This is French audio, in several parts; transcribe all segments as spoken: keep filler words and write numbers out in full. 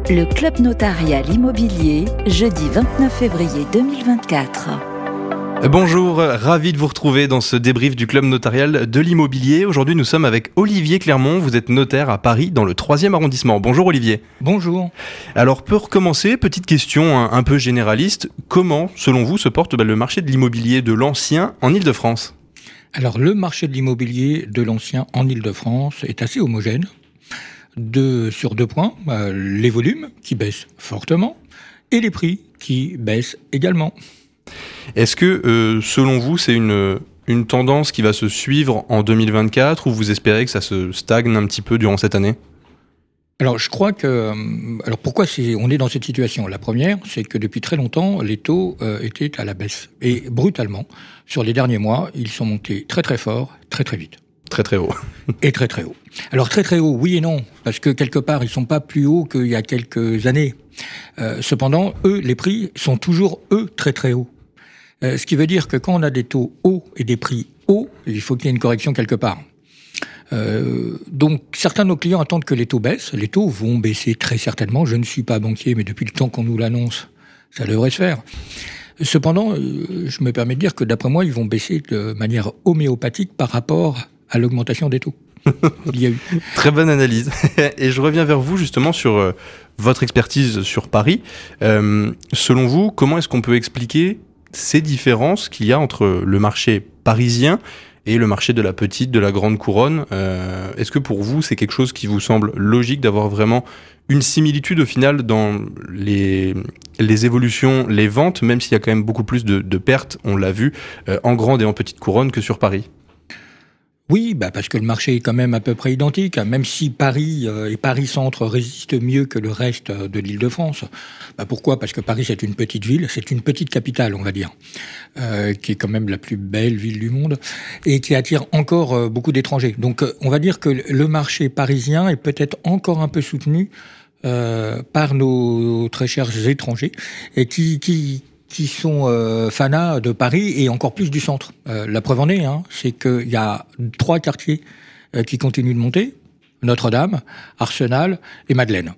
Le Club Notarial Immobilier, jeudi vingt-neuf février deux mille vingt-quatre. Bonjour, ravi de vous retrouver dans ce débrief du Club Notarial de l'Immobilier. Aujourd'hui, nous sommes avec Olivier Clermont. Vous êtes notaire à Paris, dans le troisième arrondissement. Bonjour Olivier. Bonjour. Alors, pour commencer, petite question un, un peu généraliste. Comment, selon vous, se porte bah, le marché de l'immobilier de l'ancien en Île-de-France ? Alors, le marché de l'immobilier de l'ancien en Île-de-France est assez homogène. De, sur deux points, euh, les volumes qui baissent fortement et les prix qui baissent également. Est-ce que, euh, selon vous, c'est une, une tendance qui va se suivre en deux mille vingt-quatre ou vous espérez que ça se stagne un petit peu durant cette année ? Alors, je crois que... Alors, pourquoi c'est, on est dans cette situation ? La première, c'est que depuis très longtemps, les taux euh, étaient à la baisse. Et brutalement, sur les derniers mois, ils sont montés très très fort, très très vite. Très très haut. Et très très haut. Alors très très haut, oui et non, parce que quelque part, ils sont pas plus hauts qu'il y a quelques années. Euh, cependant, eux, les prix sont toujours, eux, très très hauts. Euh, ce qui veut dire que quand on a des taux hauts et des prix hauts, il faut qu'il y ait une correction quelque part. Euh, donc, certains de nos clients attendent que les taux baissent. Les taux vont baisser très certainement. Je ne suis pas banquier, mais depuis le temps qu'on nous l'annonce, ça devrait se faire. Cependant, euh, je me permets de dire que d'après moi, ils vont baisser de manière homéopathique par rapport à l'augmentation des taux. Il y a eu. Très bonne analyse. Et je reviens vers vous justement sur euh, votre expertise sur Paris. Euh, selon vous, comment est-ce qu'on peut expliquer ces différences qu'il y a entre le marché parisien et le marché de la petite, de la grande couronne ? euh, Est-ce que pour vous, c'est quelque chose qui vous semble logique d'avoir vraiment une similitude au final dans les, les évolutions, les ventes, même s'il y a quand même beaucoup plus de, de pertes, on l'a vu, euh, en grande et en petite couronne que sur Paris ? Oui, bah parce que le marché est quand même à peu près identique, même si Paris euh, et Paris-Centre résistent mieux que le reste de l'Île-de-France. Bah pourquoi ? Parce que Paris, c'est une petite ville, c'est une petite capitale, on va dire, euh, qui est quand même la plus belle ville du monde et qui attire encore euh, beaucoup d'étrangers. Donc, euh, on va dire que le marché parisien est peut-être encore un peu soutenu euh, par nos très chers étrangers et qui... qui qui sont euh, fanas de Paris et encore plus du centre. Euh, la preuve en est, hein, c'est qu'il y a trois quartiers euh, qui continuent de monter, Notre-Dame, Arsenal et Madeleine.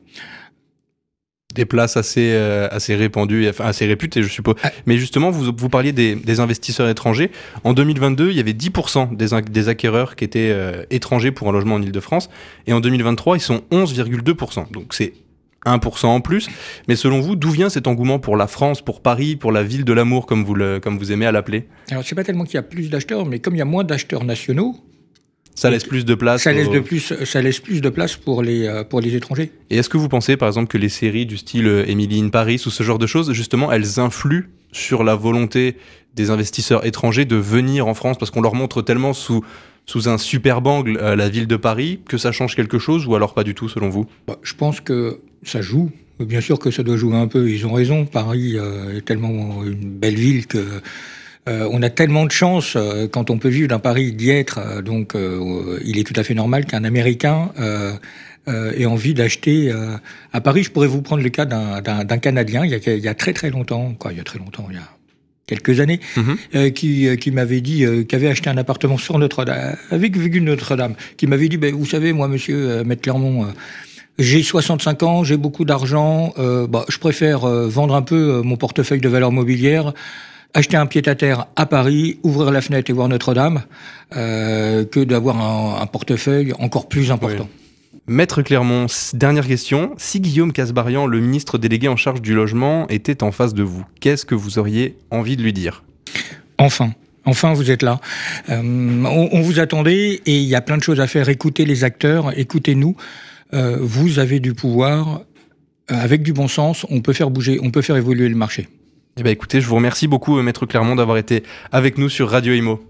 Des places assez, euh, assez répandues, enfin assez réputées, je suppose. Ah. Mais justement, vous, vous parliez des, des investisseurs étrangers. En deux mille vingt-deux, il y avait dix pour cent des, des acquéreurs qui étaient euh, étrangers pour un logement en Île-de-France. Et en deux mille vingt-trois, ils sont onze virgule deux pour cent. Donc c'est un pour cent en plus. Mais selon vous, d'où vient cet engouement pour la France, pour Paris, pour la ville de l'amour, comme vous, le, comme vous aimez à l'appeler ? Alors, c'est pas tellement qu'il y a plus d'acheteurs, mais comme il y a moins d'acheteurs nationaux... Ça laisse plus de place. Ça laisse, au... de plus, ça laisse plus de place pour les, euh, pour les étrangers. Et est-ce que vous pensez, par exemple, que les séries du style Emily in Paris ou ce genre de choses, justement, elles influent sur la volonté des investisseurs étrangers de venir en France, parce qu'on leur montre tellement sous... sous un superbe angle euh, la ville de Paris, que ça change quelque chose ou alors pas du tout selon vous ? Bah, je pense que ça joue. Bien sûr que ça doit jouer un peu. Ils ont raison. Paris euh, est tellement une belle ville que euh, on a tellement de chance euh, quand on peut vivre dans Paris d'y être. Euh, donc, euh, il est tout à fait normal qu'un Américain euh, euh, ait envie d'acheter euh, à Paris. Je pourrais vous prendre le cas d'un, d'un, d'un Canadien. Il y, a, il y a très très longtemps, quoi, il y a très longtemps, il y a quelques années, mmh. euh, qui, euh, qui m'avait dit, euh, qui avait acheté un appartement sur Notre-Dame, avec vue de Notre-Dame, qui m'avait dit, ben, vous savez, moi, monsieur euh, Maître Clermont, euh, j'ai soixante-cinq ans, j'ai beaucoup d'argent, euh, bah, je préfère euh, vendre un peu euh, mon portefeuille de valeurs mobilières, acheter un pied-à-terre à Paris, ouvrir la fenêtre et voir Notre-Dame, euh, que d'avoir un, un portefeuille encore plus important. Oui. Maître Clermont, dernière question. Si Guillaume Kasbarian, le ministre délégué en charge du logement, était en face de vous, qu'est-ce que vous auriez envie de lui dire ? Enfin, enfin vous êtes là. Euh, on, on vous attendait et il y a plein de choses à faire. Écoutez les acteurs, écoutez-nous. Euh, vous avez du pouvoir. Euh, avec du bon sens, on peut faire bouger, on peut faire évoluer le marché. Eh bien, écoutez, je vous remercie beaucoup, Maître Clermont, d'avoir été avec nous sur Radio Imo.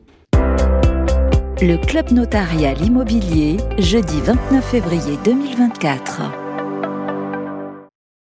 Le Club Notarial Immobilier, jeudi vingt-neuf février deux mille vingt-quatre.